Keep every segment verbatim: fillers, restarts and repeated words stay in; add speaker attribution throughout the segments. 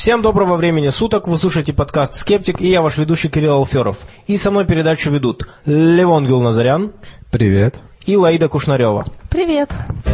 Speaker 1: Всем доброго времени суток, вы слушаете подкаст «Скептик», и я ваш ведущий Кирилл Алферов. И со мной передачу ведут Левон Гулназарян.
Speaker 2: Привет.
Speaker 1: И Лаида Кушнарева.
Speaker 3: Привет.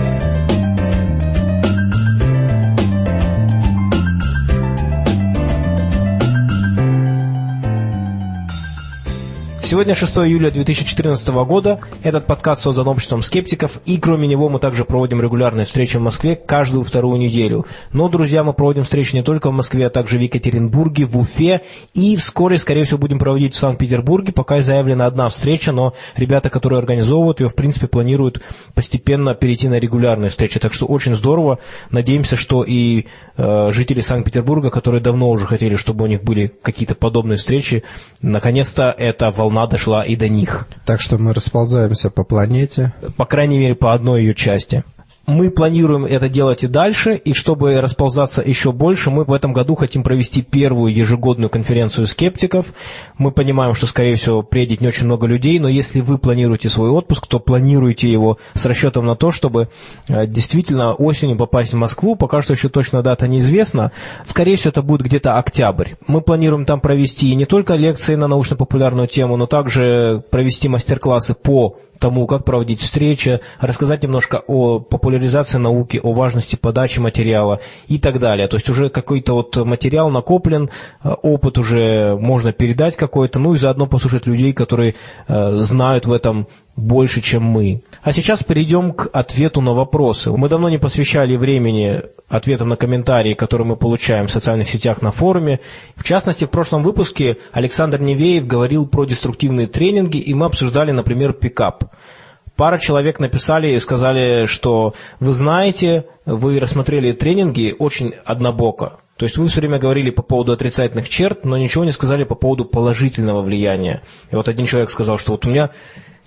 Speaker 1: Сегодня шестое июля две тысячи четырнадцатого года. Этот подкаст создан обществом скептиков, и кроме него мы также проводим регулярные встречи в Москве каждую вторую неделю. Но, друзья, мы проводим встречи не только в Москве, а также в Екатеринбурге, в Уфе, и вскоре, скорее всего, будем проводить в Санкт-Петербурге. Пока заявлена одна встреча, но ребята, которые организовывают ее, в принципе, планируют постепенно перейти на регулярные встречи. Так что очень здорово. Надеемся, что и э, жители Санкт-Петербурга, которые давно уже хотели, чтобы у них были какие-то подобные встречи, наконец-то эта волна дошла и до них.
Speaker 2: Так что мы расползаемся по планете.
Speaker 1: По крайней мере, по одной ее части. Мы планируем это делать и дальше, и чтобы расползаться еще больше, мы в этом году хотим провести первую ежегодную конференцию скептиков. Мы понимаем, что, скорее всего, приедет не очень много людей, но если вы планируете свой отпуск, то планируйте его с расчетом на то, чтобы действительно осенью попасть в Москву. Пока что еще точно дата неизвестна. Скорее всего, это будет где-то октябрь. Мы планируем там провести не только лекции на научно-популярную тему, но также провести мастер-классы по тому, как проводить встречи, рассказать немножко о популяризации науки, о важности подачи материала и так далее. То есть уже какой-то вот материал накоплен, опыт уже можно передать какой-то, ну и заодно послушать людей, которые э, знают в этом больше, чем мы. А сейчас перейдем к ответу на вопросы. Мы давно не посвящали времени ответам на комментарии, которые мы получаем в социальных сетях на форуме. В частности, в прошлом выпуске Александр Невеев говорил про деструктивные тренинги, и мы обсуждали, например, пикап. Пара человек написали и сказали, что вы знаете, вы рассмотрели тренинги очень однобоко. То есть вы все время говорили по поводу отрицательных черт, но ничего не сказали по поводу положительного влияния. И вот один человек сказал, что вот у меня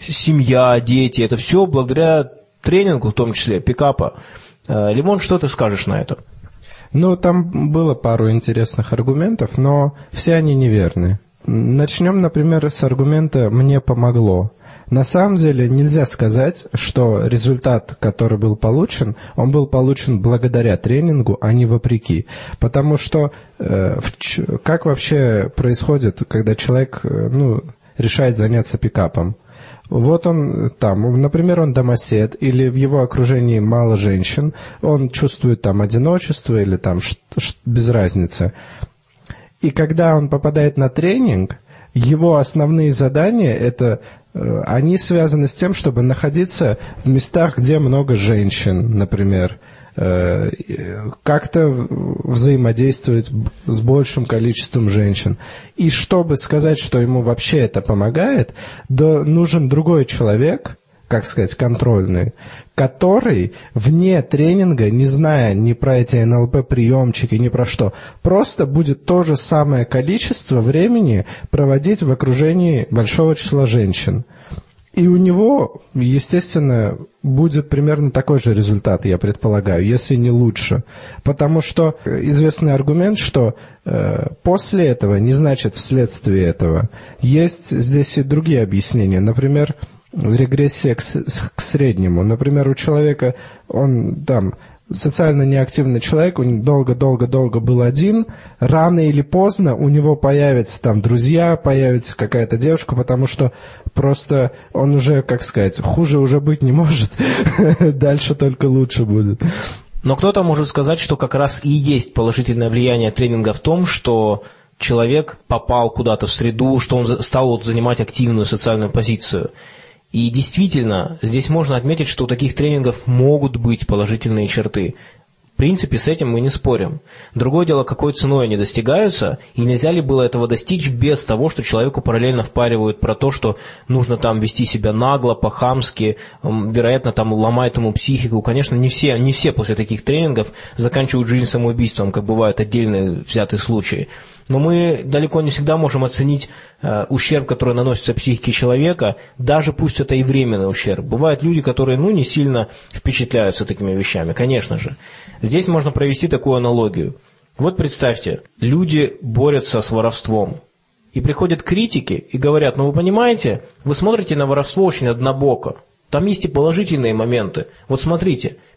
Speaker 1: семья, дети, это все благодаря тренингу, в том числе пикапа. Лимон, что ты скажешь на это?
Speaker 2: Ну, там было пару интересных аргументов, но все они неверны. Начнем, например, с аргумента «мне помогло». На самом деле нельзя сказать, что результат, который был получен, он был получен благодаря тренингу, а не вопреки. Потому что э, в, как вообще происходит, когда человек э, ну, решает заняться пикапом? Вот он там, например, он домосед, или в его окружении мало женщин, он чувствует там одиночество или там ш- ш- без разницы. И когда он попадает на тренинг, его основные задания, это, э, они связаны с тем, чтобы находиться в местах, где много женщин, например, э, как-то взаимодействовать с большим количеством женщин. И чтобы сказать, что ему вообще это помогает, да, нужен другой человек, как сказать, контрольный, который вне тренинга, не зная ни про эти эн эл пэ-приемчики, ни про что, просто будет то же самое количество времени проводить в окружении большого числа женщин. И у него, естественно, будет примерно такой же результат, я предполагаю, если не лучше. Потому что известный аргумент, что э, после этого не значит вследствие этого. Есть здесь и другие объяснения. Например, регрессия к, к среднему. Например, у человека, он там социально неактивный человек, он долго-долго-долго был один, рано или поздно у него появятся там друзья, появится какая-то девушка, потому что просто он уже, как сказать, хуже уже быть не может, дальше только лучше будет.
Speaker 1: Но кто-то может сказать, что как раз и есть положительное влияние тренинга в том, что человек попал куда-то в среду, что он стал вот занимать активную социальную позицию. И действительно, здесь можно отметить, что у таких тренингов могут быть положительные черты. В принципе, с этим мы не спорим. Другое дело, какой ценой они достигаются, и нельзя ли было этого достичь без того, что человеку параллельно впаривают про то, что нужно там вести себя нагло, по-хамски, вероятно, там ломает ему психику. Конечно, не все, не все после таких тренингов заканчивают жизнь самоубийством, как бывают отдельные взятые случаи. Но мы далеко не всегда можем оценить э, ущерб, который наносится психике человека, даже пусть это и временный ущерб. Бывают люди, которые ну, не сильно впечатляются такими вещами, конечно же. Здесь можно провести такую аналогию. Вот представьте, люди борются с воровством. И приходят критики и говорят, ну вы понимаете, вы смотрите на воровство очень однобоко. Там есть и положительные моменты. Вот смотрите,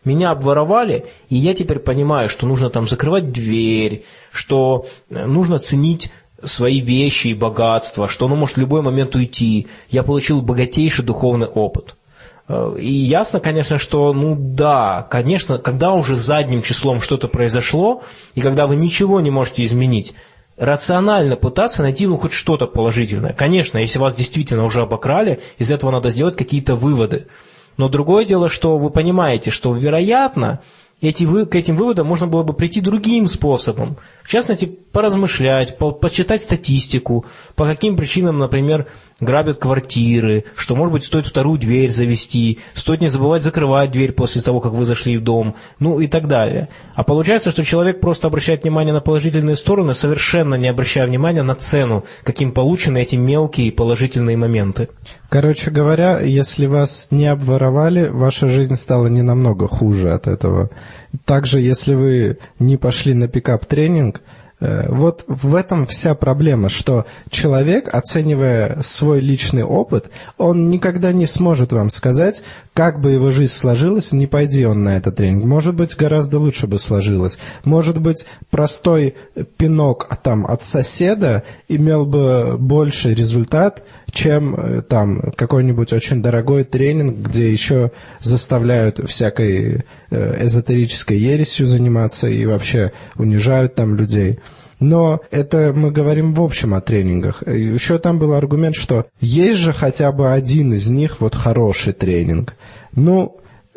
Speaker 1: Меня обворовали, и я теперь понимаю, что нужно там закрывать дверь, что нужно ценить свои вещи и богатства, что оно может в любой момент уйти. Я получил богатейший духовный опыт. И ясно, конечно, что, ну да, конечно, когда уже задним числом что-то произошло, и когда вы ничего не можете изменить, рационально пытаться найти ну, хоть что-то положительное. Конечно, если вас действительно уже обокрали, из этого надо сделать какие-то выводы. Но другое дело, что вы понимаете, что, вероятно, эти вы, к этим выводам можно было бы прийти другим способом. В частности, поразмышлять, по, почитать статистику, по каким причинам, например, грабят квартиры, что, может быть, стоит вторую дверь завести, стоит не забывать закрывать дверь после того, как вы зашли в дом, ну и так далее. А получается, что человек просто обращает внимание на положительные стороны, совершенно не обращая внимания на цену, каким получены эти мелкие положительные моменты.
Speaker 2: Короче говоря, если вас не обворовали, ваша жизнь стала не намного хуже от этого. Также, если вы не пошли на пикап-тренинг, вот в этом вся проблема, что человек, оценивая свой личный опыт, он никогда не сможет вам сказать, как бы его жизнь сложилась, не пойди он на этот тренинг. Может быть, гораздо лучше бы сложилось. Может быть, простой пинок там, от соседа имел бы больший результат, чем там какой-нибудь очень дорогой тренинг, где еще заставляют всякой эзотерической ересью заниматься и вообще унижают там людей. Но это мы говорим в общем о тренингах. Еще там был аргумент, что есть же хотя бы один из них вот хороший тренинг. Ну,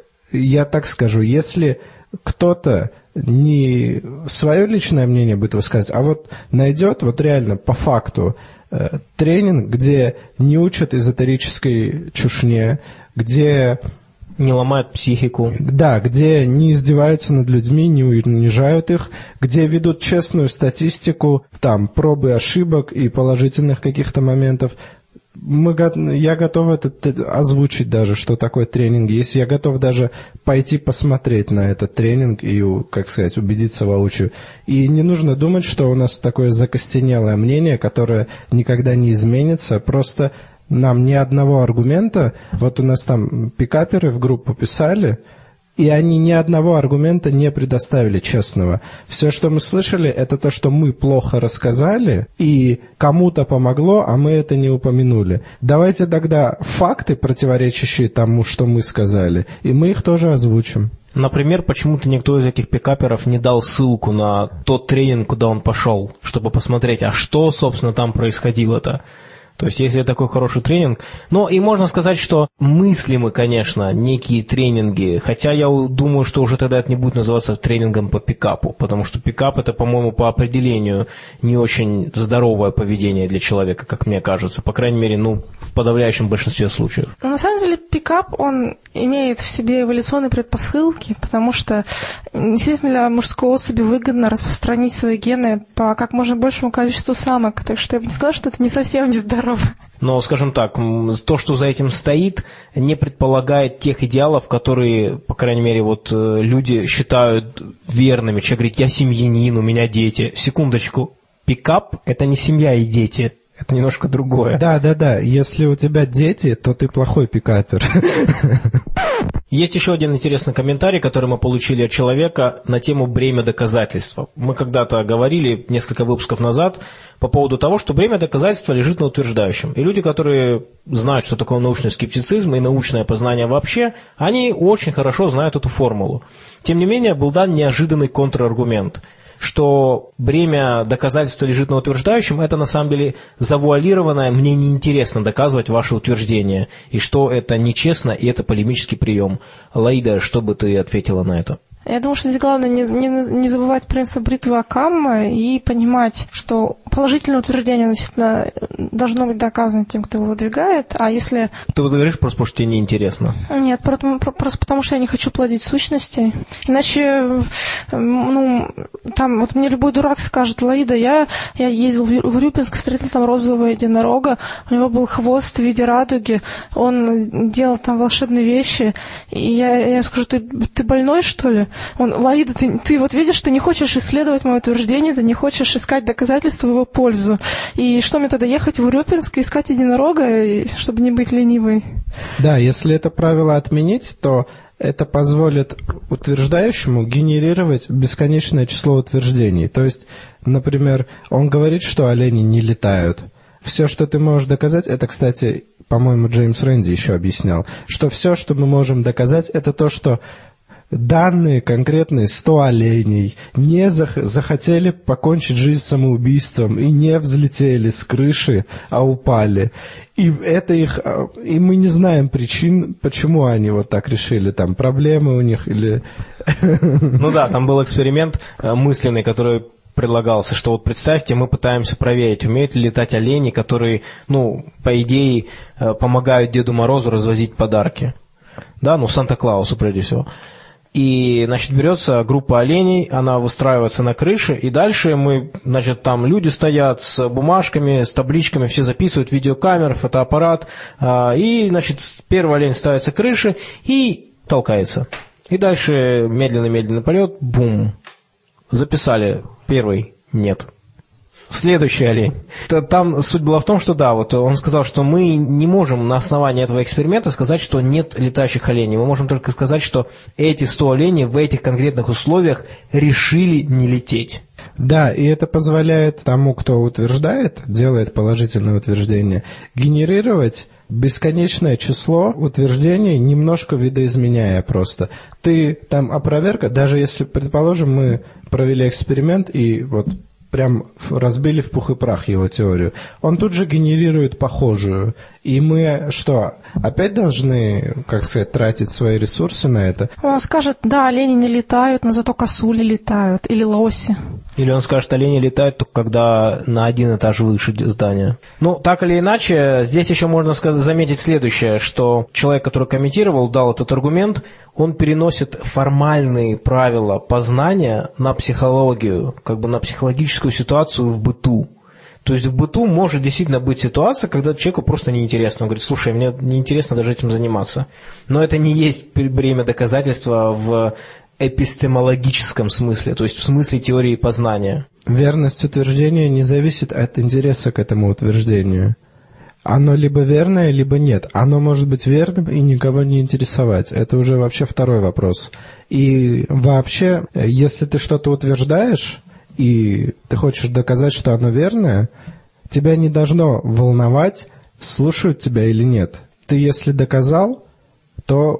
Speaker 2: я так скажу, если кто-то не свое личное мнение будет высказывать, а вот найдет вот реально по факту тренинг, где не учат эзотерической чушне, где
Speaker 1: не ломают психику.
Speaker 2: Да, где не издеваются над людьми, не унижают их, где ведут честную статистику, там, пробы ошибок и положительных каких-то моментов. Мы, я готов это озвучить даже, что такое тренинг есть. Я готов даже пойти посмотреть на этот тренинг и, как сказать, убедиться воочию. И не нужно думать, что у нас такое закостенелое мнение, которое никогда не изменится. Просто нам ни одного аргумента, вот у нас там пикаперы в группу писали, и они ни одного аргумента не предоставили честного. Все, что мы слышали, это то, что мы плохо рассказали, и кому-то помогло, а мы это не упомянули. Давайте тогда факты, противоречащие тому, что мы сказали, и мы их тоже озвучим.
Speaker 1: Например, почему-то никто из этих пикаперов не дал ссылку на тот тренинг, куда он пошел, чтобы посмотреть, а что, собственно, там происходило-то. То есть, если такой хороший тренинг... Но и можно сказать, что мыслимы, конечно, некие тренинги, хотя я думаю, что уже тогда это не будет называться тренингом по пикапу, потому что пикап — это, по-моему, по определению не очень здоровое поведение для человека, как мне кажется, по крайней мере, ну, в подавляющем большинстве случаев.
Speaker 3: Но на самом деле пикап, он имеет в себе эволюционные предпосылки, потому что действительно для мужской особи выгодно распространить свои гены по как можно большему количеству самок, так что я бы не сказала, что это не совсем нездорово.
Speaker 1: Но, скажем так, то, что за этим стоит, не предполагает тех идеалов, которые, по крайней мере, вот люди считают верными. Человек говорит, я семьянин, у меня дети. Секундочку, пикап – это не семья и дети. Это немножко другое.
Speaker 2: Да, да, да. Если у тебя дети, то ты плохой пикапер.
Speaker 1: Есть еще один интересный комментарий, который мы получили от человека на тему бремя доказательства. Мы когда-то говорили несколько выпусков назад по поводу того, что бремя доказательства лежит на утверждающем. И люди, которые знают, что такое научный скептицизм и научное познание вообще, они очень хорошо знают эту формулу. Тем не менее, был дан неожиданный контраргумент, что бремя доказательства лежит на утверждающем, это на самом деле завуалированное, мне неинтересно доказывать ваши утверждения, и что это нечестно, и это полемический прием. Лаида, что бы ты ответила на это?
Speaker 3: Я думаю, что здесь главное не, не, не забывать принцип бритвы Оккаммы и понимать, что положительное утверждение действительно должно быть доказано тем, кто его выдвигает, а если...
Speaker 1: Ты говоришь просто потому, что тебе неинтересно?
Speaker 3: Нет, просто, просто потому, что я не хочу плодить сущностей. Иначе, ну, там, вот мне любой дурак скажет, Лаида, я, я ездил в Урюпинск, встретил там розового единорога, у него был хвост в виде радуги, он делал там волшебные вещи, и я, я скажу, ты, ты больной, что ли? Он, Лаида, ты, ты вот видишь, ты не хочешь исследовать мое утверждение, ты не хочешь искать доказательства в его пользу. И что мне тогда, ехать в Урюпинск и искать единорога, чтобы не быть ленивой?
Speaker 2: Да, если это правило отменить, то это позволит утверждающему генерировать бесконечное число утверждений. То есть, например, он говорит, что олени не летают. Все, что ты можешь доказать, это, кстати, по-моему, Джеймс Рэнди еще объяснял, что все, что мы можем доказать, это то, что данные конкретные сто оленей не зах- захотели покончить жизнь самоубийством и не взлетели с крыши, а упали. И это их, и мы не знаем причин, почему они вот так решили, там проблемы у них или...
Speaker 1: Ну да, там был эксперимент мысленный, который предлагался, что вот представьте, мы пытаемся проверить, умеют ли летать олени, которые, ну, по идее, помогают Деду Морозу развозить подарки. Да, ну, Санта-Клаусу, прежде всего. И, значит, берется группа оленей, она выстраивается на крыше, и дальше мы, значит, там люди стоят с бумажками, с табличками, все записывают, видеокамеры, фотоаппарат, и, значит, первый олень ставится к крыше и толкается. И дальше медленно-медленный полет, бум, записали первый, нет. Следующий олень. Там суть была в том, что да, вот он сказал, что мы не можем на основании этого эксперимента сказать, что нет летающих оленей. Мы можем только сказать, что эти сто оленей в этих конкретных условиях решили не лететь.
Speaker 2: Да, и это позволяет тому, кто утверждает, делает положительное утверждение, генерировать бесконечное число утверждений, немножко видоизменяя просто. Ты там опроверка, даже если, предположим, мы провели эксперимент и вот прям разбили в пух и прах его теорию, он тут же генерирует похожую. И мы что, опять должны, как сказать, тратить свои ресурсы на это?
Speaker 3: Он скажет, да, олени не летают, но зато косули летают, или лоси.
Speaker 1: Или он скажет, олени летают только когда на один этаж выше здания. Ну, так или иначе, здесь еще можно сказать, заметить следующее, что человек, который комментировал, дал этот аргумент, он переносит формальные правила познания на психологию, как бы на психологическую ситуацию в быту. То есть в быту может действительно быть ситуация, когда человеку просто неинтересно. Он говорит, слушай, мне неинтересно даже этим заниматься. Но это не есть бремя доказательства в эпистемологическом смысле, то есть в смысле теории познания.
Speaker 2: Верность утверждения не зависит от интереса к этому утверждению. Оно либо верное, либо нет. Оно может быть верным и никого не интересовать. Это уже вообще второй вопрос. И вообще, если ты что-то утверждаешь, и ты хочешь доказать, что оно верное, тебя не должно волновать, слушают тебя или нет. Ты если доказал, то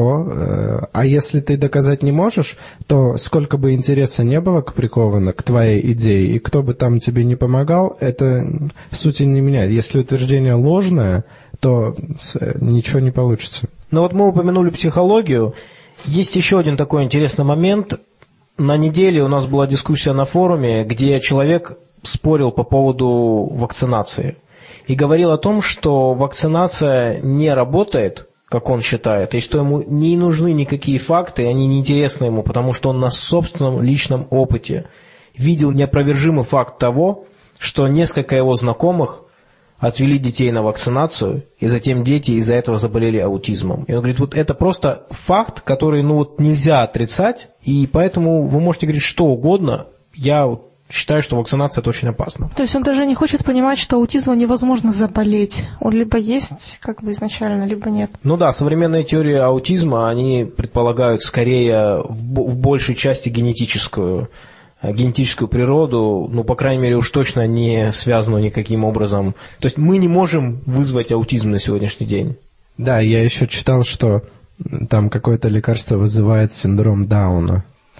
Speaker 2: все. А если ты доказать не можешь, то сколько бы интереса не было приковано к твоей идее, и кто бы там тебе не помогал, это сути не меняет. Если утверждение ложное, то ничего не получится.
Speaker 1: Ну вот мы упомянули психологию. Есть еще один такой интересный момент. На неделе у нас была дискуссия на форуме, где человек спорил по поводу вакцинации. И говорил о том, что вакцинация не работает, как он считает, и что ему не нужны никакие факты, они неинтересны ему, потому что он на собственном личном опыте видел неопровержимый факт того, что несколько его знакомых отвели детей на вакцинацию, и затем дети из-за этого заболели аутизмом. И он говорит, вот это просто факт, который ну, вот нельзя отрицать, и поэтому вы можете говорить что угодно, я считаю, что вакцинация – это очень опасно.
Speaker 3: То есть он даже не хочет понимать, что аутизмом невозможно заболеть. Он либо есть как бы изначально, либо нет.
Speaker 1: Ну да, современные теории аутизма, они предполагают скорее в, в большей части генетическую генетическую природу, ну, по крайней мере, уж точно не связанную никаким образом. То есть мы не можем вызвать аутизм на сегодняшний день.
Speaker 2: Да, я еще читал, что там какое-то лекарство вызывает синдром Дауна.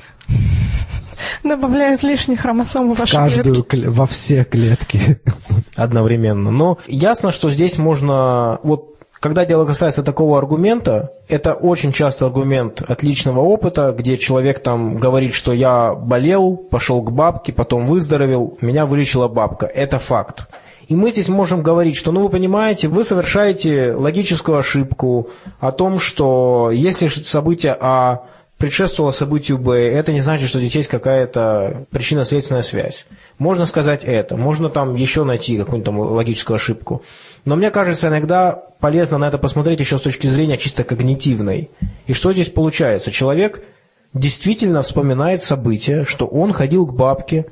Speaker 3: Добавляют лишние хромосомы в ваши
Speaker 2: Каждую
Speaker 3: клетки.
Speaker 2: Кле- во все клетки.
Speaker 1: Одновременно. Но ясно, что здесь можно... Вот когда дело касается такого аргумента, это очень часто аргумент от личного опыта, где человек там говорит, что я болел, пошел к бабке, потом выздоровел, меня вылечила бабка. Это факт. И мы здесь можем говорить, что, ну, вы понимаете, вы совершаете логическую ошибку о том, что если событие А предшествовало событию Б, это не значит, что здесь есть какая-то причинно-следственная связь. Можно сказать это, можно там еще найти какую-нибудь там логическую ошибку. Но мне кажется, иногда полезно на это посмотреть еще с точки зрения чисто когнитивной. И что здесь получается? Человек действительно вспоминает событие, что он ходил к бабке,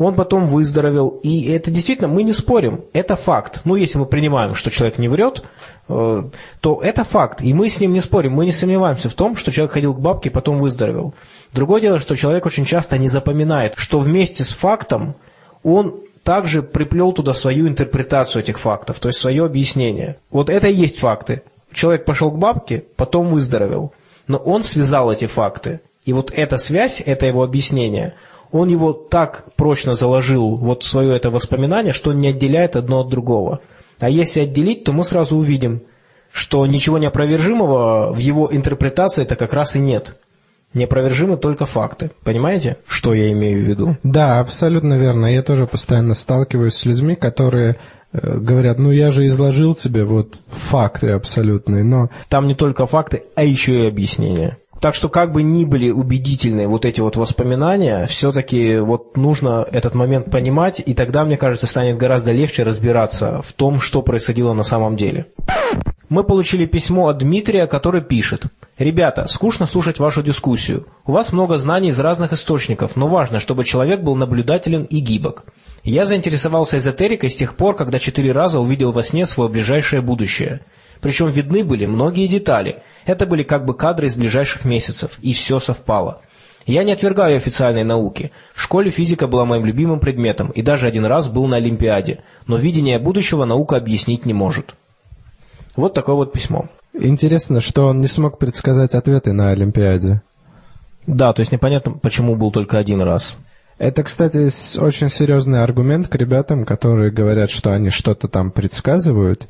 Speaker 1: он потом выздоровел, и это действительно, мы не спорим, это факт. Ну, если мы принимаем, что человек не врет, то это факт, и мы с ним не спорим, мы не сомневаемся в том, что человек ходил к бабке и потом выздоровел. Другое дело, что человек очень часто не запоминает, что вместе с фактом он также приплел туда свою интерпретацию этих фактов, то есть свое объяснение. Вот это и есть факты. Человек пошел к бабке, потом выздоровел, но он связал эти факты. И вот эта связь, это его объяснение, он его так прочно заложил вот в свое это воспоминание, что он не отделяет одно от другого. А если отделить, то мы сразу увидим, что ничего неопровержимого в его интерпретации-то как раз и нет. Неопровержимы только факты. Понимаете, что я имею в виду?
Speaker 2: Да, абсолютно верно. Я тоже постоянно сталкиваюсь с людьми, которые э, говорят, ну я же изложил тебе вот факты абсолютные, но...
Speaker 1: Там не только факты, а еще и объяснения. Так что как бы ни были убедительны вот эти вот воспоминания, все-таки вот нужно этот момент понимать, и тогда, мне кажется, станет гораздо легче разбираться в том, что происходило на самом деле. Мы получили письмо от Дмитрия, который пишет: «Ребята, скучно слушать вашу дискуссию. У вас много знаний из разных источников, но важно, чтобы человек был наблюдателен и гибок. Я заинтересовался эзотерикой с тех пор, когда четыре раза увидел во сне свое ближайшее будущее. Причем видны были многие детали. Это были как бы кадры из ближайших месяцев, и все совпало. Я не отвергаю официальной науки. В школе физика была моим любимым предметом, и даже один раз был на Олимпиаде. Но видение будущего наука объяснить не может». Вот такое вот письмо.
Speaker 2: Интересно, что он не смог предсказать ответы на Олимпиаде.
Speaker 1: Да, то есть непонятно, почему был только один раз.
Speaker 2: Это, кстати, очень серьезный аргумент к ребятам, которые говорят, что они что-то там предсказывают.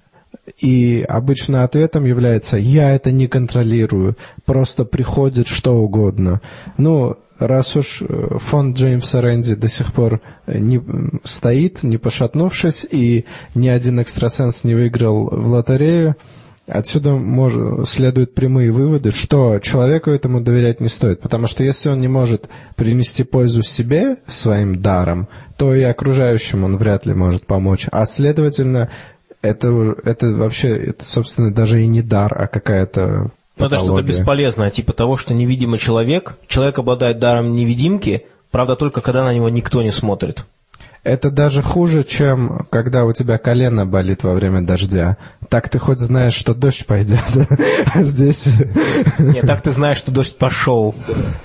Speaker 2: И обычно ответом является «я это не контролирую, просто приходит что угодно». Ну, раз уж фонд Джеймса Рэнди до сих пор не стоит, не пошатнувшись, и ни один экстрасенс не выиграл в лотерею, отсюда может, следуют прямые выводы, что человеку этому доверять не стоит, потому что если он не может принести пользу себе своим даром, то и окружающим он вряд ли может помочь, а следовательно, это, это вообще, это, собственно, даже и не дар, а какая-то
Speaker 1: Но это что-то бесполезное, типа того, что невидимый человек, человек обладает даром невидимки, правда, только когда на него никто не смотрит.
Speaker 2: Это даже хуже, чем когда у тебя колено болит во время дождя. Так ты хоть знаешь, что дождь пойдет, а здесь...
Speaker 1: Нет, так ты знаешь, что дождь пошел.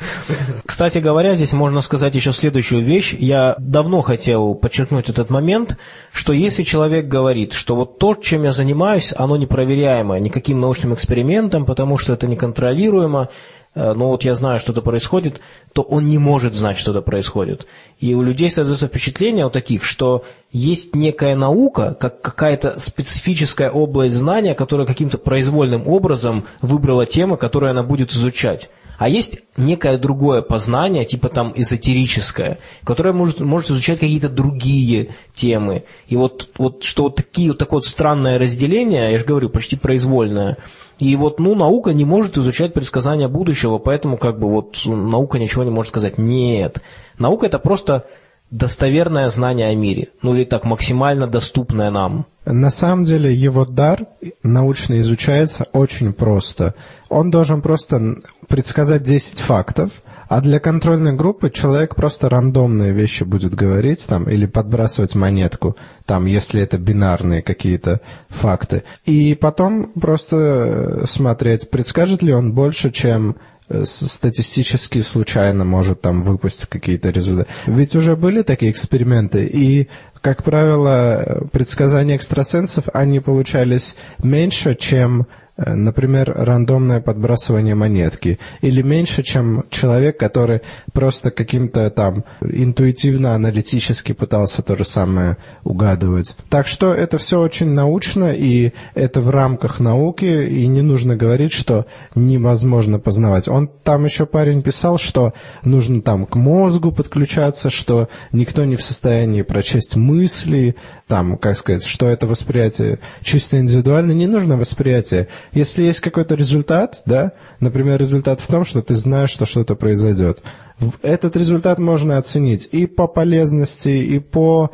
Speaker 1: Кстати говоря, здесь можно сказать еще следующую вещь. Я давно хотел подчеркнуть этот момент, что если человек говорит, что вот то, чем я занимаюсь, оно непроверяемо никаким научным экспериментом, потому что это неконтролируемо, но вот я знаю, что-то происходит, то он не может знать, что-то происходит. И у людей создается впечатление у таких, что есть некая наука, как какая-то специфическая область знания, которая каким-то произвольным образом выбрала тему, которую она будет изучать. А есть некое другое познание, типа там эзотерическое, которое может, может изучать какие-то другие темы. И вот, вот что вот, такие, вот такое вот странное разделение, я же говорю, почти произвольное. И вот, ну, наука не может изучать предсказания будущего, поэтому как бы вот наука ничего не может сказать. Нет. Наука – это просто достоверное знание о мире. Ну, или так, максимально доступное нам.
Speaker 2: На самом деле его дар научно изучается очень просто. Он должен просто предсказать десять фактов, а для контрольной группы человек просто рандомные вещи будет говорить там, или подбрасывать монетку, там, если это бинарные какие-то факты. И потом просто смотреть, предскажет ли он больше, чем статистически случайно может там выпустить какие-то результаты. Ведь уже были такие эксперименты, и, как правило, предсказания экстрасенсов, они получались меньше, чем, например, рандомное подбрасывание монетки, или меньше, чем человек, который просто каким-то там интуитивно-аналитически пытался то же самое угадывать. Так что это все очень научно, и это в рамках науки, и не нужно говорить, что невозможно познавать. Он там еще парень писал, что нужно там к мозгу подключаться, что никто не в состоянии прочесть мысли, там, как сказать, что это восприятие чисто индивидуально. Не нужно восприятие. Если есть какой-то результат, да, например, результат в том, что ты знаешь, что что-то произойдет, этот результат можно оценить и по полезности, и по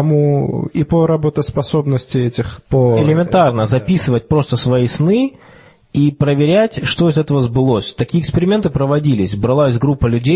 Speaker 2: тому, и по работоспособности этих, по...
Speaker 1: Элементарно записывать просто свои сны и проверять, что из этого сбылось. Такие эксперименты проводились. Бралась группа людей,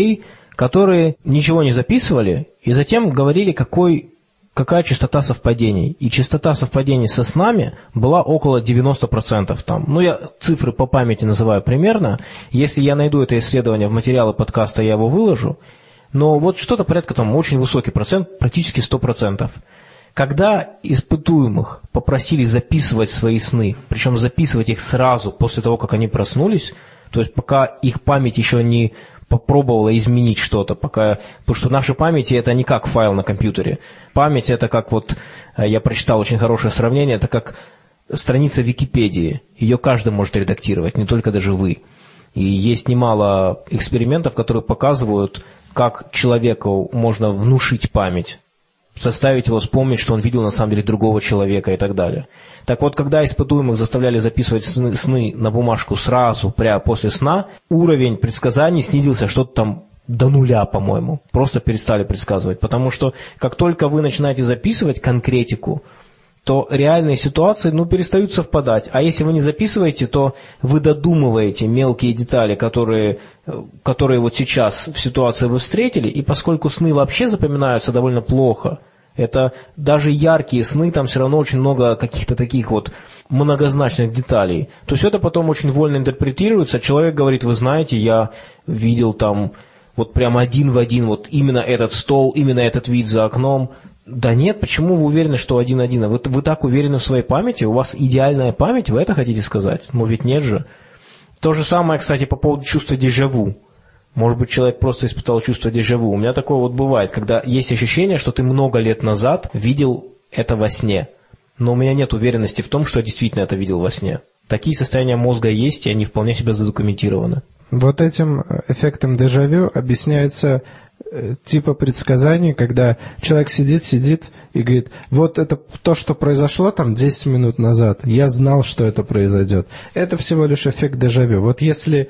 Speaker 1: которые ничего не записывали и затем говорили, какой, какая частота совпадений. И частота совпадений со снами была около девяносто процентов там. Ну, я цифры по памяти называю примерно. Если я найду это исследование в материалы подкаста, я его выложу. Но вот что-то порядка там очень высокий процент, практически сто процентов. Когда испытуемых попросили записывать свои сны, причем записывать их сразу после того, как они проснулись, то есть пока их память еще не попробовала изменить что-то, пока, потому что наши памяти это не как файл на компьютере. Память это как вот, я прочитал очень хорошее сравнение, это как страница Википедии. Ее каждый может редактировать, не только даже вы. И есть немало экспериментов, которые показывают, как человеку можно внушить память, заставить его вспомнить, что он видел на самом деле другого человека и так далее. Так вот, когда испытуемых заставляли записывать сны, сны на бумажку сразу, прямо после сна, уровень предсказаний снизился что-то там до нуля, по-моему. Просто перестали предсказывать. Потому что как только вы начинаете записывать конкретику, то реальные ситуации, ну, перестают совпадать. А если вы не записываете, то вы додумываете мелкие детали, которые, которые вот сейчас в ситуации вы встретили, и поскольку сны вообще запоминаются довольно плохо, это даже яркие сны, там все равно очень много каких-то таких вот многозначных деталей, то есть это потом очень вольно интерпретируется. Человек говорит, вы знаете, я видел там вот прям один в один вот именно этот стол, именно этот вид за окном. Да нет, почему вы уверены, что один-один? Вы, вы так уверены в своей памяти? У вас идеальная память? Вы это хотите сказать? Ну ведь нет же. То же самое, кстати, по поводу чувства дежавю. Может быть, человек просто испытал чувство дежавю. У меня такое вот бывает, когда есть ощущение, что ты много лет назад видел это во сне. Но у меня нет уверенности в том, что я действительно это видел во сне. Такие состояния мозга есть, и они вполне себе задокументированы.
Speaker 2: Вот этим эффектом дежавю объясняется типа предсказаний, когда человек сидит, сидит и говорит, вот это то, что произошло там десять минут назад, я знал, что это произойдет. Это всего лишь эффект дежавю. Вот если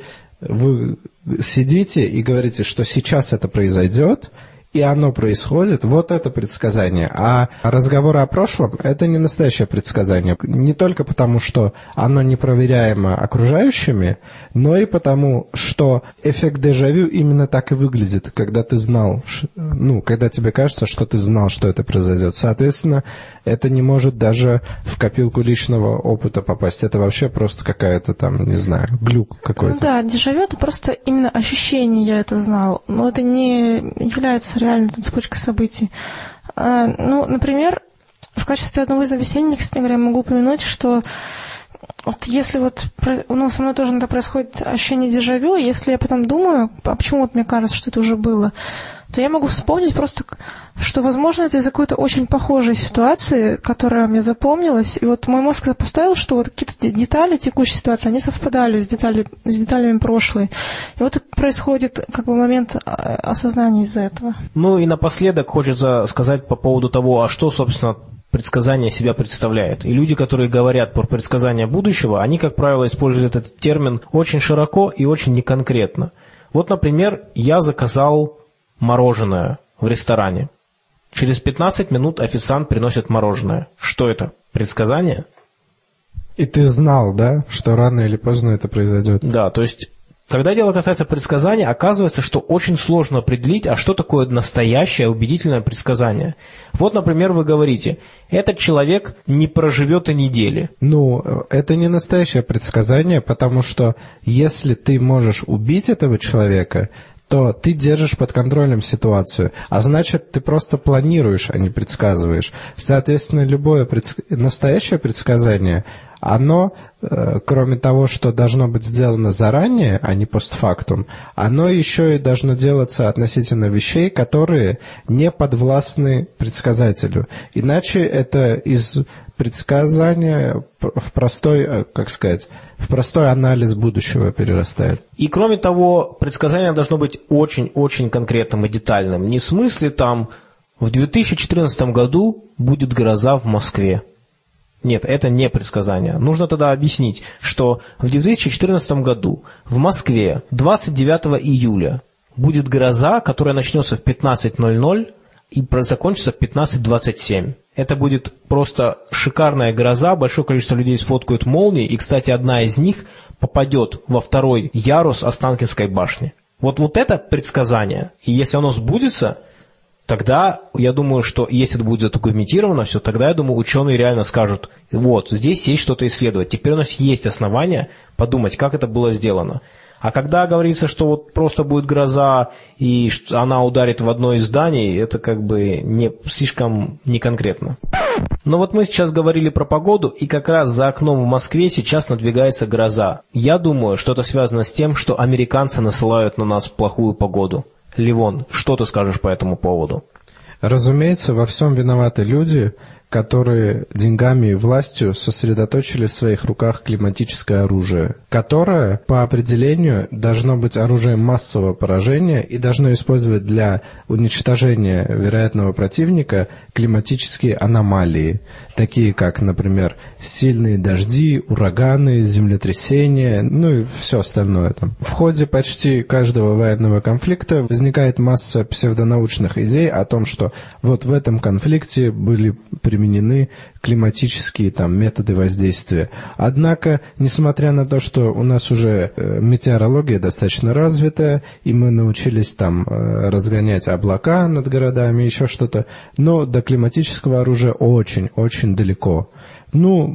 Speaker 2: вы сидите и говорите, что сейчас это произойдет, и оно происходит, вот это предсказание. А разговоры о прошлом – это не настоящее предсказание. Не только потому, что оно непроверяемо окружающими, но и потому, что эффект дежавю именно так и выглядит, когда ты знал, ну, когда тебе кажется, что ты знал, что это произойдет. Соответственно, это не может даже в копилку личного опыта попасть. Это вообще просто какая-то там, не знаю, глюк какой-то.
Speaker 3: Ну да, дежавю – это просто именно ощущение, я это знал. Но это не является реальной цепочкой событий. А, ну, например, в качестве одного из объяснений, кстати говоря, я могу упомянуть, что вот если вот, ну, со мной тоже иногда происходит ощущение дежавю, если я потом думаю, а почему вот мне кажется, что это уже было, то я могу вспомнить просто, что, возможно, это из-за какой-то очень похожей ситуации, которая мне запомнилась. И вот мой мозг поставил, что вот какие-то детали текущей ситуации, они совпадали с, детали, с деталями прошлой. И вот происходит как бы момент осознания из-за этого.
Speaker 1: Ну и напоследок хочется сказать по поводу того, а что, собственно, предсказание себя представляет. И люди, которые говорят про предсказание будущего, они, как правило, используют этот термин очень широко и очень неконкретно. Вот, например, я заказал мороженое в ресторане. Через пятнадцать минут официант приносит мороженое. Что это? Предсказание?
Speaker 2: И ты знал, да, что рано или поздно это произойдет?
Speaker 1: Да, то есть, когда дело касается предсказания, оказывается, что очень сложно определить, а что такое настоящее убедительное предсказание. Вот, например, вы говорите, этот человек не проживет и недели.
Speaker 2: Ну, это не настоящее предсказание, потому что если ты можешь убить этого человека, то ты держишь под контролем ситуацию, а значит, ты просто планируешь, а не предсказываешь. Соответственно, любое предск... настоящее предсказание, оно, э, кроме того, что должно быть сделано заранее, а не постфактум, оно еще и должно делаться относительно вещей, которые не подвластны предсказателю. Иначе это из предсказания в простой, как сказать, в простой анализ будущего перерастает.
Speaker 1: И кроме того, предсказание должно быть очень-очень конкретным и детальным. Не в смысле там в две тысячи четырнадцатом году будет гроза в Москве. Нет, это не предсказание. Нужно тогда объяснить, что в две тысячи четырнадцатом году в Москве двадцать девятого июля будет гроза, которая начнется в пятнадцать ноль ноль и закончится в пятнадцать двадцать семь. Это будет просто шикарная гроза, большое количество людей сфоткают молнии, и, кстати, одна из них попадет во второй ярус Останкинской башни. Вот, вот это предсказание, и если оно сбудется, тогда, я думаю, что если это будет задокументировано все, тогда, я думаю, ученые реально скажут, вот, здесь есть что-то исследовать, теперь у нас есть основания подумать, как это было сделано. А когда говорится, что вот просто будет гроза, и она ударит в одно из зданий, это как бы не, слишком неконкретно. Но вот мы сейчас говорили про погоду, и как раз за окном в Москве сейчас надвигается гроза. Я думаю, что это связано с тем, что американцы насылают на нас плохую погоду. Ливон, что ты скажешь по этому поводу?
Speaker 2: Разумеется, во всем виноваты люди, которые деньгами и властью сосредоточили в своих руках климатическое оружие, которое по определению должно быть оружием массового поражения и должно использовать для уничтожения вероятного противника климатические аномалии, такие как, например, сильные дожди, ураганы, землетрясения, ну и все остальное там. В ходе почти каждого военного конфликта возникает масса псевдонаучных идей о том, что вот в этом конфликте были применены применены климатические там методы воздействия. Однако, несмотря на то, что у нас уже э, метеорология достаточно развитая, и мы научились там э, разгонять облака над городами, еще что-то, но до климатического оружия очень-очень далеко. Ну,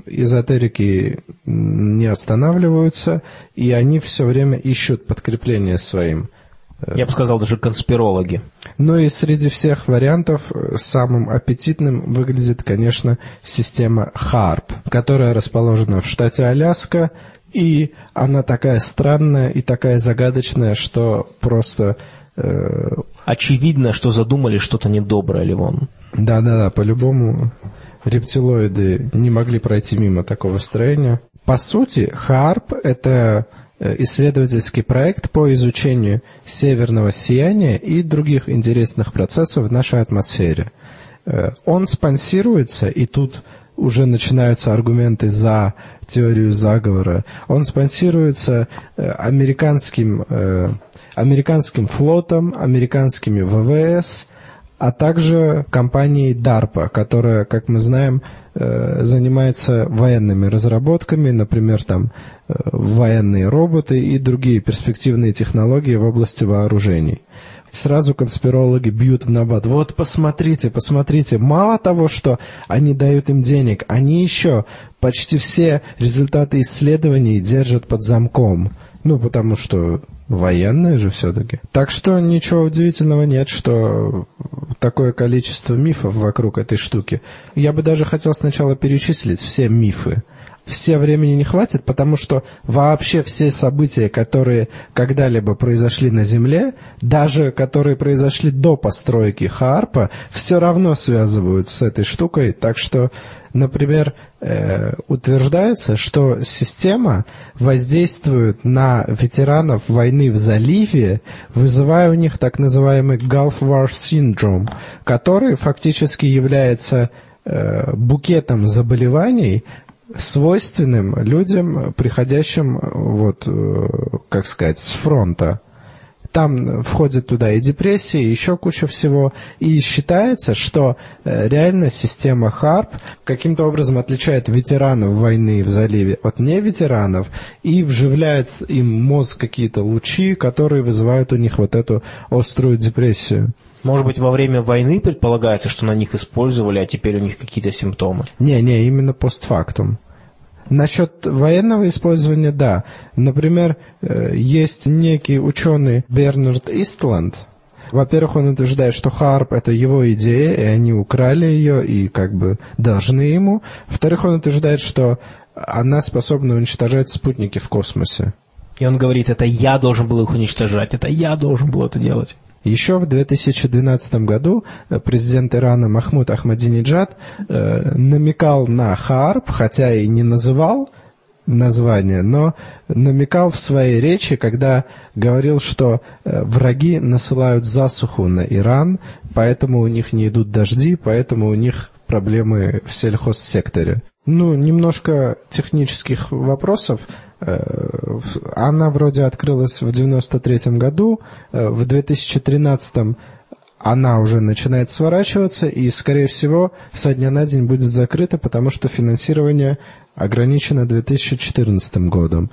Speaker 2: эзотерики не останавливаются, и они все время ищут подкрепление своим.
Speaker 1: Я бы сказал, даже конспирологи.
Speaker 2: Ну и среди всех вариантов самым аппетитным выглядит, конечно, система харп, которая расположена в штате Аляска, и она такая странная и такая загадочная, что просто... Э...
Speaker 1: Очевидно, что задумали что-то недоброе, Ливон.
Speaker 2: Да-да-да, по-любому рептилоиды не могли пройти мимо такого строения. По сути, харп — это... исследовательский проект по изучению северного сияния и других интересных процессов в нашей атмосфере. Он спонсируется, и тут уже начинаются аргументы за теорию заговора, он спонсируется американским, американским флотом, американскими вэ вэ эс, а также компанией дарпа, которая, как мы знаем, занимается военными разработками, например, там военные роботы и другие перспективные технологии в области вооружений. Сразу конспирологи бьют в набат. Вот посмотрите, посмотрите, мало того, что они дают им денег, они еще почти все результаты исследований держат под замком. Ну, потому что военные же все-таки. Так что ничего удивительного нет, что такое количество мифов вокруг этой штуки. Я бы даже хотел сначала перечислить все мифы. Все времени не хватит, потому что вообще все события, которые когда-либо произошли на Земле, даже которые произошли до постройки Хаарпа, все равно связывают с этой штукой. Так что, например, э, утверждается, что система воздействует на ветеранов войны в заливе, вызывая у них так называемый Gulf War Syndrome, который фактически является э, букетом заболеваний, свойственным людям, приходящим, вот, как сказать, с фронта. Там входит туда и депрессия, и еще куча всего. И считается, что реально система Харп каким-то образом отличает ветеранов войны в заливе от неветеранов и вживляет им в мозг какие-то лучи, которые вызывают у них вот эту острую депрессию.
Speaker 1: Может быть, во время войны предполагается, что на них использовали, а теперь у них какие-то симптомы?
Speaker 2: Не-не, именно постфактум. Насчет военного использования, да. Например, есть некий ученый Бернард Истланд. Во-первых, он утверждает, что Харп — это его идея, и они украли ее, и как бы должны ему. Во-вторых, он утверждает, что она способна уничтожать спутники в космосе.
Speaker 1: И он говорит, это я должен был их уничтожать, это я должен был это делать.
Speaker 2: Еще в две тысячи двенадцатом году президент Ирана Махмуд Ахмадинеджад э, намекал на Хаарп, хотя и не называл название, но намекал в своей речи, когда говорил, что э, враги насылают засуху на Иран, поэтому у них не идут дожди, поэтому у них проблемы в сельхозсекторе. Ну, немножко технических вопросов. Она вроде открылась в девяносто третьем году, в две тысячи тринадцатом она уже начинает сворачиваться и, скорее всего, со дня на день будет закрыта, потому что финансирование ограничено две тысячи четырнадцатым годом.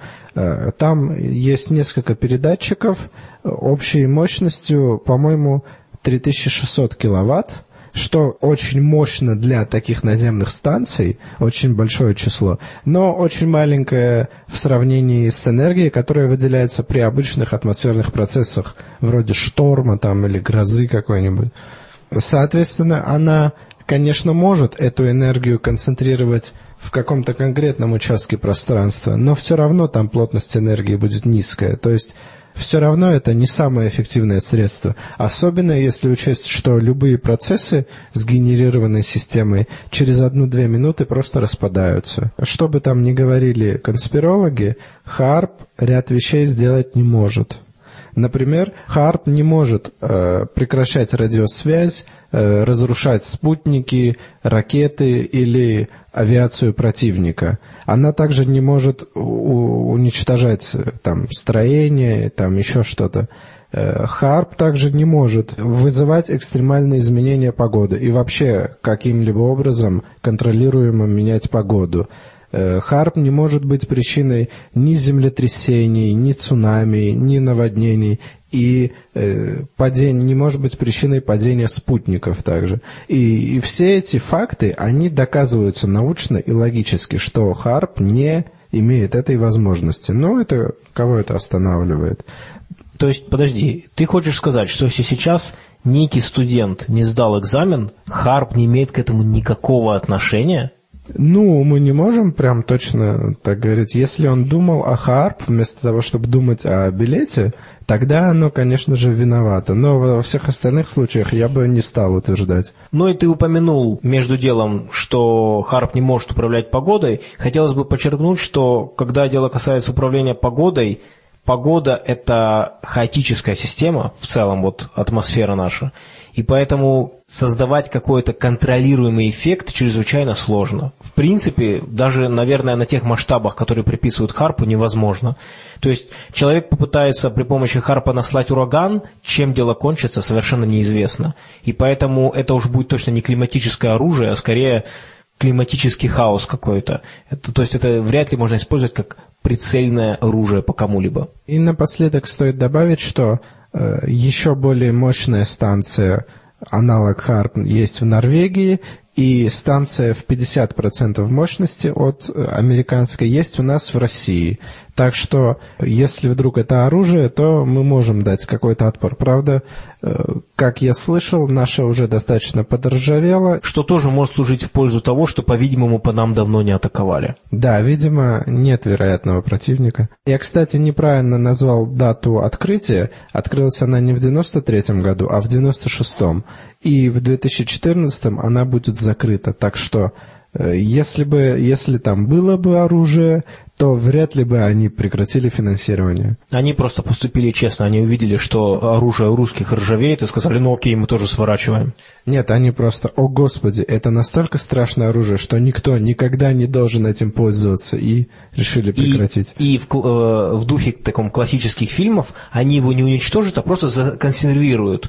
Speaker 2: Там есть несколько передатчиков общей мощностью, по-моему, три тысячи шестьсот киловатт, что очень мощно для таких наземных станций, очень большое число, но очень маленькое в сравнении с энергией, которая выделяется при обычных атмосферных процессах, вроде шторма там, или грозы какой-нибудь. Соответственно, она, конечно, может эту энергию концентрировать в каком-то конкретном участке пространства, но все равно там плотность энергии будет низкая, то есть все равно это не самое эффективное средство, особенно если учесть, что любые процессы, сгенерированные системой, через одну-две минуты просто распадаются. Что бы там ни говорили конспирологи, Харп ряд вещей сделать не может. Например, Харп не может э, прекращать радиосвязь, э, разрушать спутники, ракеты или авиацию противника. Она также не может у- уничтожать там строения, там еще что-то. Э, Харп также не может вызывать экстремальные изменения погоды и вообще каким-либо образом контролируемо менять погоду. Харп не может быть причиной ни землетрясений, ни цунами, ни наводнений, и э, падение, не может быть причиной падения спутников также. И, и все эти факты, они доказываются научно и логически, что Харп не имеет этой возможности. Но это кого это останавливает?
Speaker 1: То есть, подожди, ты хочешь сказать, что если сейчас некий студент не сдал экзамен, Харп не имеет к этому никакого отношения?
Speaker 2: Ну, мы не можем прям точно так говорить. Если он думал о Харп вместо того, чтобы думать о билете, тогда оно, конечно же, виновато. Но во всех остальных случаях я бы не стал утверждать.
Speaker 1: Ну и ты упомянул между делом, что Харп не может управлять погодой. Хотелось бы подчеркнуть, что когда дело касается управления погодой, погода – это хаотическая система, в целом вот атмосфера наша. И поэтому создавать какой-то контролируемый эффект чрезвычайно сложно. В принципе, даже, наверное, на тех масштабах, которые приписывают Харпу, невозможно. То есть человек попытается при помощи Харпа наслать ураган, чем дело кончится, совершенно неизвестно. И поэтому это уж будет точно не климатическое оружие, а скорее климатический хаос какой-то. Это, то есть это вряд ли можно использовать как прицельное оружие по кому-либо.
Speaker 2: И напоследок стоит добавить, что э, еще более мощная станция, аналог Харп, есть в Норвегии, и станция в пятьдесят процентов мощности от американской есть у нас в России. Так что, если вдруг это оружие, то мы можем дать какой-то отпор. Правда, как я слышал, наша уже достаточно подоржавела.
Speaker 1: Что тоже может служить в пользу того, что, по-видимому, по нам давно не атаковали.
Speaker 2: Да, видимо, нет вероятного противника. Я, кстати, неправильно назвал дату открытия. Открылась она не в девяносто третьем году, а в девяносто шестом. И в две тысячи четырнадцатом она будет закрыта. Так что, если бы, если там было бы оружие, то вряд ли бы они прекратили финансирование.
Speaker 1: Они просто поступили честно, они увидели, что оружие у русских ржавеет, и сказали, ну окей, мы тоже сворачиваем.
Speaker 2: Нет, они просто, о господи, это настолько страшное оружие, что никто никогда не должен этим пользоваться, и решили прекратить.
Speaker 1: И, и в, э, в духе таком классических фильмов они его не уничтожат, а просто законсервируют,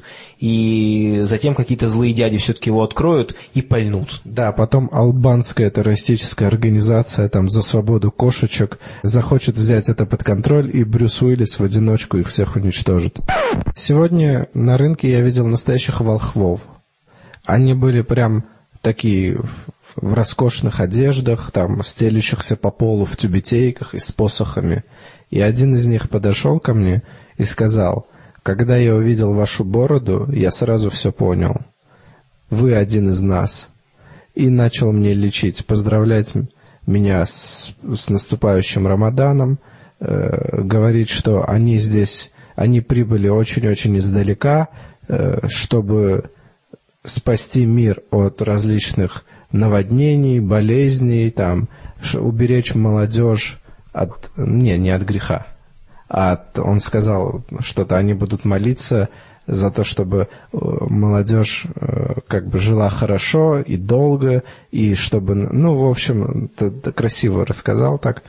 Speaker 1: и затем какие-то злые дяди все-таки его откроют и пальнут.
Speaker 2: Да, потом албанская террористическая организация там за свободу кошечек захочет взять это под контроль, и Брюс Уиллис в одиночку их всех уничтожит. Сегодня на рынке я видел настоящих волхвов. Они были прям такие в роскошных одеждах, там, стелющихся по полу в тюбетейках и с посохами. И один из них подошел ко мне и сказал: «Когда я увидел вашу бороду, я сразу все понял. Вы один из нас». И начал мне лечить, поздравлять меня с, с наступающим Рамаданом, э, говорить, что они здесь, они прибыли очень-очень издалека, э, чтобы спасти мир от различных наводнений, болезней, там, ш, уберечь молодежь от, не, не от греха, а от, он сказал, что-то они будут молиться за то, чтобы молодежь как бы жила хорошо и долго, и чтобы, ну, в общем, т- т- красиво рассказал так.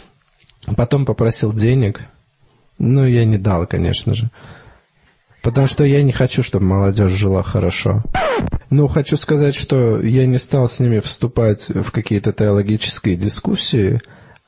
Speaker 2: Потом попросил денег, ну, я не дал, конечно же, потому что я не хочу, чтобы молодежь жила хорошо. Ну, хочу сказать, что я не стал с ними вступать в какие-то теологические дискуссии,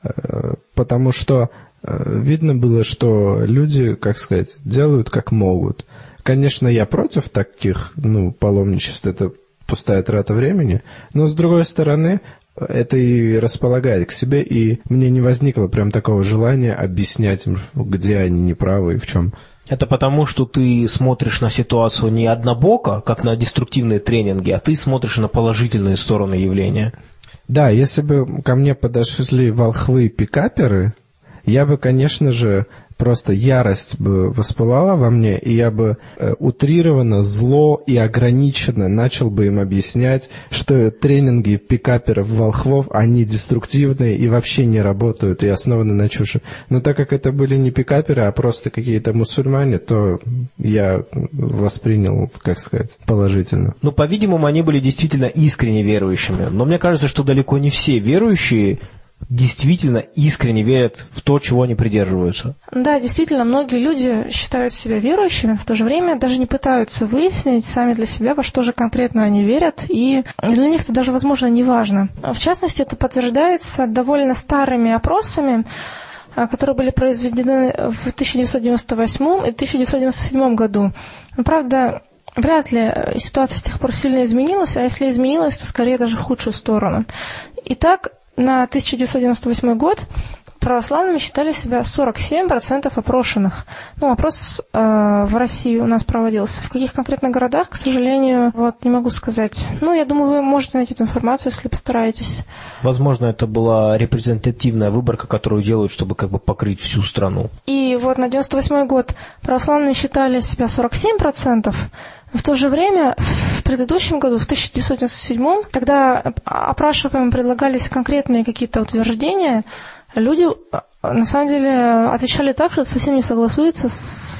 Speaker 2: потому что видно было, что люди, как сказать, делают как могут. Конечно, я против таких, ну, паломничеств, это пустая трата времени, но, с другой стороны, это и располагает к себе, и мне не возникло прям такого желания объяснять им, где они неправы и в чем.
Speaker 1: Это потому, что ты смотришь на ситуацию не однобоко, как на деструктивные тренинги, а ты смотришь на положительные стороны явления. Да,
Speaker 2: если бы ко мне подошли волхвы-пикаперы, я бы, конечно же, просто ярость бы воспылала во мне, и я бы э, утрированно, зло и ограниченно начал бы им объяснять, что тренинги пикаперов-волхвов, они деструктивные и вообще не работают, и основаны на чуши. Но так как это были не пикаперы, а просто какие-то мусульмане, то я воспринял, как сказать, положительно.
Speaker 1: Ну, по-видимому, они были действительно искренне верующими, но мне кажется, что далеко не все верующие действительно искренне верят в то, чего они придерживаются.
Speaker 3: Да, действительно, многие люди считают себя верующими, в то же время даже не пытаются выяснить сами для себя, во что же конкретно они верят, и для них это даже, возможно, не важно. В частности, это подтверждается довольно старыми опросами, которые были произведены в тысяча девятьсот девяносто восьмом и тысяча девятьсот девяносто седьмом году. Но, правда, вряд ли ситуация с тех пор сильно изменилась, а если изменилась, то скорее даже в худшую сторону. Итак, на тысяча девятьсот девяносто восьмой год православными считали себя сорок семь процентов опрошенных. Ну, опрос э, в России у нас проводился. В каких конкретно городах, к сожалению, вот не могу сказать. Ну, я думаю, вы можете найти эту информацию, если постараетесь.
Speaker 1: Возможно, это была репрезентативная выборка, которую делают, чтобы как бы покрыть всю страну.
Speaker 3: И вот на девяносто восьмой год православными считали себя сорок семь процентов. В то же время, в предыдущем году, в тысяча девятьсот девяносто седьмом, когда опрашиваемым предлагались конкретные какие-то утверждения, люди, на самом деле, отвечали так, что это совсем не согласуется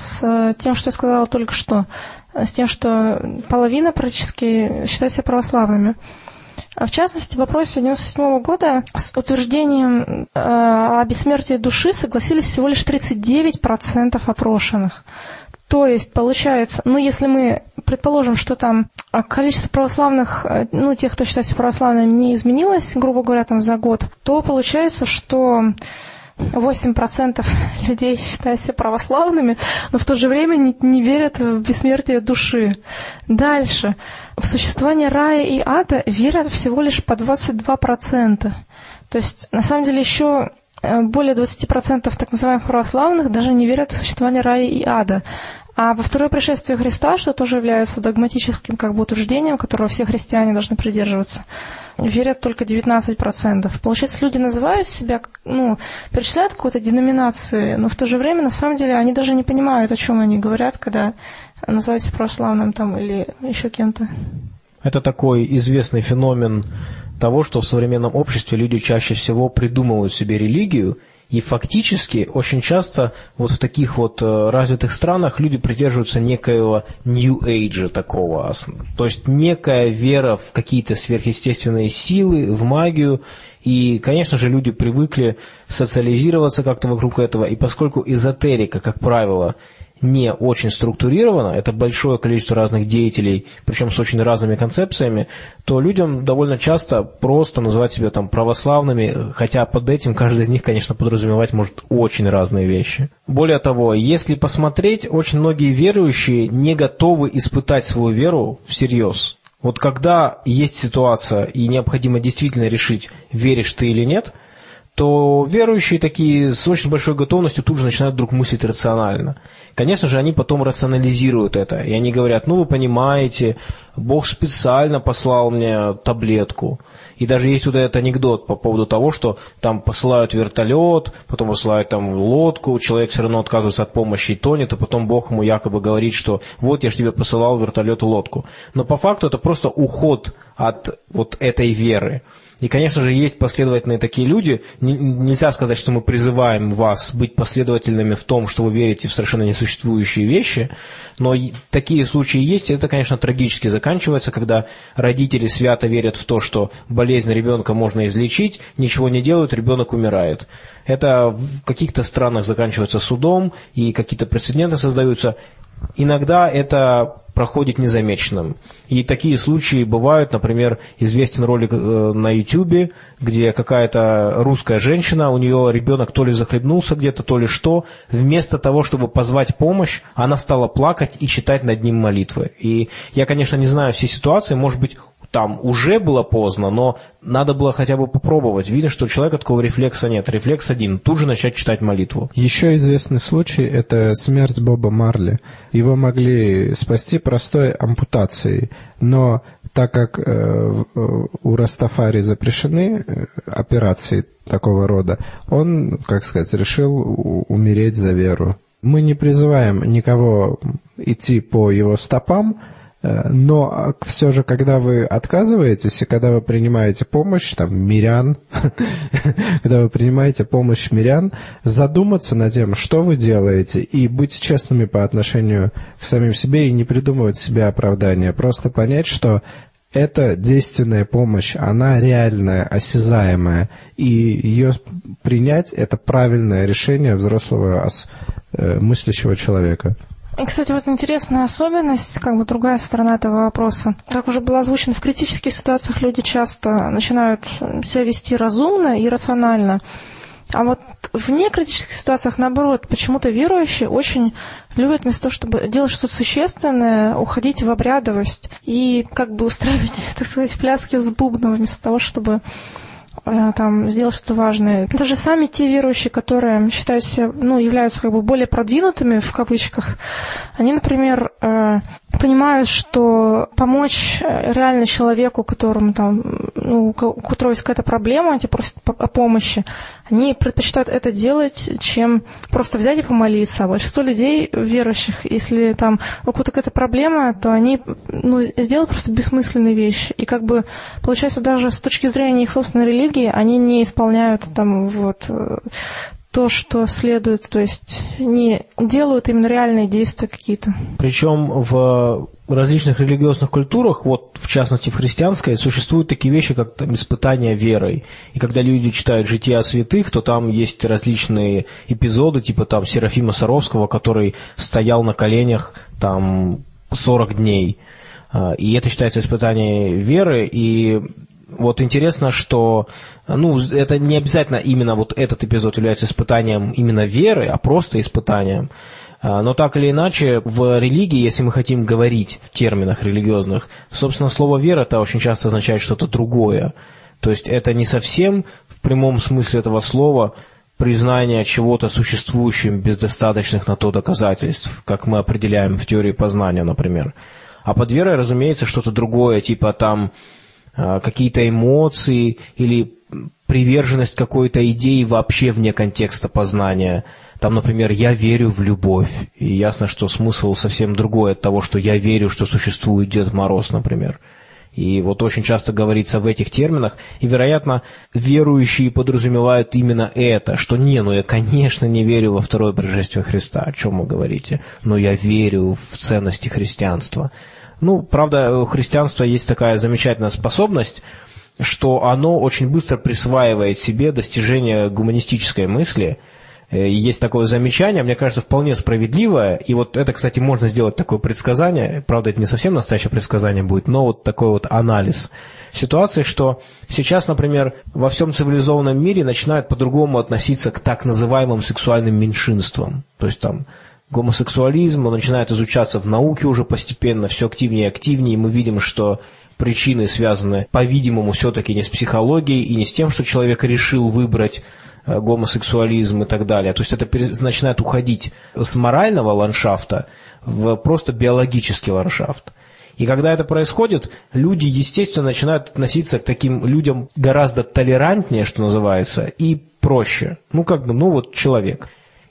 Speaker 3: с тем, что я сказала только что, с тем, что половина практически считает себя православными. В частности, в вопросе девяносто седьмого года с утверждением о бессмертии души согласились всего лишь тридцать девять процентов опрошенных. То есть, получается, ну, если мы предположим, что там количество православных, ну, тех, кто считает себя православными, не изменилось, грубо говоря, там за год, то получается, что восемь процентов людей считают себя православными, но в то же время не, не верят в бессмертие души. Дальше. В существование рая и ада верят всего лишь по двадцать два процента. То есть, на самом деле, еще более двадцать процентов так называемых православных даже не верят в существование рая и ада. А во второе пришествие Христа, что тоже является догматическим как бы утверждением, которого все христиане должны придерживаться, верят только девятнадцать процентов. Получается, люди называют себя, ну, перечисляют какой-то деноминации, но в то же время, на самом деле, они даже не понимают, о чем они говорят, когда называют себя православным там или еще кем-то.
Speaker 1: Это такой известный феномен того, что в современном обществе люди чаще всего придумывают себе религию, и фактически очень часто вот в таких вот развитых странах люди придерживаются некоего New Age такого, то есть некая вера в какие-то сверхъестественные силы, в магию, и, конечно же, люди привыкли социализироваться как-то вокруг этого, и поскольку эзотерика, как правило, не очень структурировано, это большое количество разных деятелей, причем с очень разными концепциями, то людям довольно часто просто называть себя там православными, хотя под этим каждый из них, конечно, подразумевать может очень разные вещи. Более того, если посмотреть, очень многие верующие не готовы испытать свою веру всерьез. Вот когда есть ситуация и необходимо действительно решить, веришь ты или нет, то верующие такие с очень большой готовностью тут же начинают вдруг мыслить рационально. Конечно же, они потом рационализируют это, и они говорят, ну вы понимаете, Бог специально послал мне таблетку. И даже есть вот этот анекдот по поводу того, что там посылают вертолет, потом посылают там лодку, человек все равно отказывается от помощи и тонет, и потом Бог ему якобы говорит, что вот я же тебе посылал вертолет и лодку. Но по факту это просто уход от вот этой веры. И, конечно же, есть последовательные такие люди. Нельзя сказать, что мы призываем вас быть последовательными в том, что вы верите в совершенно несуществующие вещи, но такие случаи есть, и это, конечно, трагически заканчивается, когда родители свято верят в то, что болезнь ребенка можно излечить, ничего не делают, ребенок умирает. Это в каких-то странах заканчивается судом, и какие-то прецеденты создаются. Иногда это проходит незамеченным. И такие случаи бывают, например, известен ролик на YouTube, где какая-то русская женщина, у нее ребенок то ли захлебнулся где-то, то ли что, вместо того, чтобы позвать помощь, она стала плакать и читать над ним молитвы. И я, конечно, не знаю всей ситуации, может быть, там уже было поздно, но надо было хотя бы попробовать. Видно, что у человека такого рефлекса нет. Рефлекс один – тут же начать читать молитву.
Speaker 2: Еще известный случай – это смерть Боба Марли. Его могли спасти простой ампутацией, но так как э, у Растафари запрещены операции такого рода, он, как сказать, решил умереть за веру. Мы не призываем никого идти по его стопам, но все же, когда вы отказываетесь, и когда вы принимаете помощь, там, мирян, когда вы принимаете помощь мирян, задуматься над тем, что вы делаете, и быть честными по отношению к самим себе, и не придумывать себе оправдания. Просто понять, что это действенная помощь, она реальная, осязаемая, и ее принять – это правильное решение взрослого мыслящего человека.
Speaker 3: И, кстати, вот интересная особенность, как бы другая сторона этого вопроса. Как уже было озвучено, в критических ситуациях люди часто начинают себя вести разумно и рационально. А вот в некритических ситуациях, наоборот, почему-то верующие очень любят вместо того, чтобы делать что-то существенное, уходить в обрядовость и как бы устраивать, так сказать, пляски с бубном, вместо того, чтобы там сделать что-то важное. Даже сами те верующие, которые считают себя, ну, являются как бы более продвинутыми, в кавычках, они, например, понимают, что помочь реально человеку, которому там, ну, у которого есть какая-то проблема, они просят о помощи, они предпочитают это делать, чем просто взять и помолиться. А большинство людей, верующих, если там у кого-то какая-то проблема, то они, ну, сделают просто бессмысленные вещи. И как бы, получается, даже с точки зрения их собственной религии, они не исполняют там вот то, что следует, то есть не делают именно реальные действия какие-то.
Speaker 1: Причем в различных религиозных культурах, вот в частности в христианской, существуют такие вещи, как там, испытания верой. И когда люди читают «Жития святых», то там есть различные эпизоды, типа там Серафима Саровского, который стоял на коленях там сорок дней. И это считается испытанием веры. И вот интересно, что, ну, это не обязательно именно вот этот эпизод является испытанием именно веры, а просто испытанием. Но так или иначе, в религии, если мы хотим говорить в терминах религиозных, собственно, слово «вера» это очень часто означает что-то другое. То есть это не совсем в прямом смысле этого слова признание чего-то существующим без достаточных на то доказательств, как мы определяем в теории познания, например. А под верой, разумеется, что-то другое, типа там какие-то эмоции или приверженность какой-то идеи вообще вне контекста познания. Там, например, «я верю в любовь». И ясно, что смысл совсем другой от того, что «я верю, что существует Дед Мороз», например. И вот очень часто говорится в этих терминах, и, вероятно, верующие подразумевают именно это, что не, ну я, конечно, не верю во второе пришествие Христа, о чем вы говорите, но я верю в ценности христианства. Ну, правда, у христианства есть такая замечательная способность, что оно очень быстро присваивает себе достижение гуманистической мысли. Есть такое замечание, мне кажется, вполне справедливое, и вот это, кстати, можно сделать такое предсказание, правда, это не совсем настоящее предсказание будет, но вот такой вот анализ ситуации, что сейчас, например, во всем цивилизованном мире начинают по-другому относиться к так называемым сексуальным меньшинствам, то есть там гомосексуализм, он начинает изучаться в науке уже постепенно, все активнее и активнее, и мы видим, что причины связаны, по-видимому, все-таки не с психологией и не с тем, что человек решил выбрать гомосексуализм и так далее. То есть это начинает уходить с морального ландшафта в просто биологический ландшафт. И когда это происходит, люди, естественно, начинают относиться к таким людям гораздо толерантнее, что называется, и проще. Ну, как бы, ну вот человек.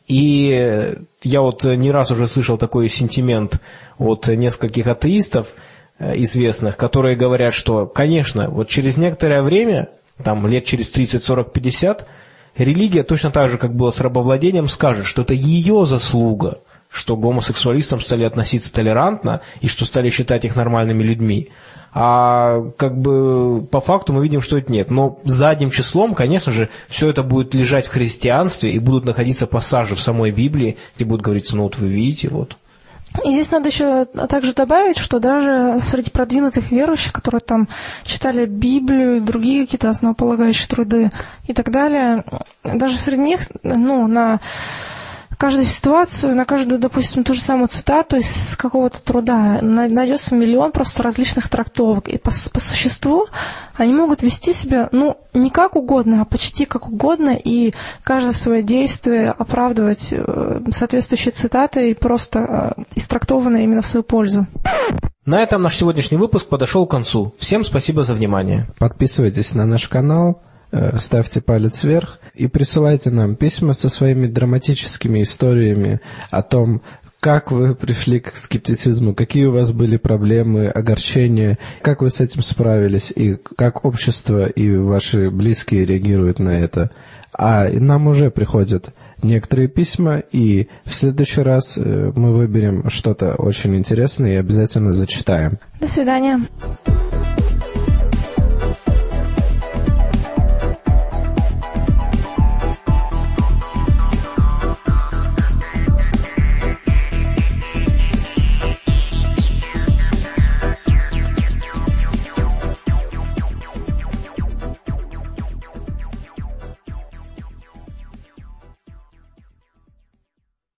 Speaker 1: И я вот не раз уже слышал такой сентимент от нескольких атеистов известных, которые говорят, что, конечно, вот через некоторое время, там лет через тридцать, сорок, пятьдесят, религия точно так же, как было с рабовладением, скажет, что это ее заслуга, что к гомосексуалистам стали относиться толерантно и что стали считать их нормальными людьми. А как бы по факту мы видим, что это нет. Но задним числом, конечно же, все это будет лежать в христианстве и будут находиться пассажи в самой Библии, где будет говориться, ну вот вы видите, вот.
Speaker 3: И здесь надо еще также добавить, что даже среди продвинутых верующих, которые там читали Библию, другие какие-то основополагающие труды и так далее, даже среди них, ну, на каждую ситуацию, на каждую, допустим, ту же самую цитату из какого-то труда найдется миллион просто различных трактовок. И по, по существу они могут вести себя, ну, не как угодно, а почти как угодно, и каждое свое действие оправдывать соответствующей цитатой, просто истрактованной именно в свою пользу.
Speaker 1: На этом наш сегодняшний выпуск подошел к концу. Всем спасибо за внимание.
Speaker 2: Подписывайтесь на наш канал, ставьте палец вверх и присылайте нам письма со своими драматическими историями о том, как вы пришли к скептицизму, какие у вас были проблемы, огорчения, как вы с этим справились и как общество и ваши близкие реагируют на это. А нам уже приходят некоторые письма, и в следующий раз мы выберем что-то очень интересное и обязательно зачитаем.
Speaker 3: До свидания.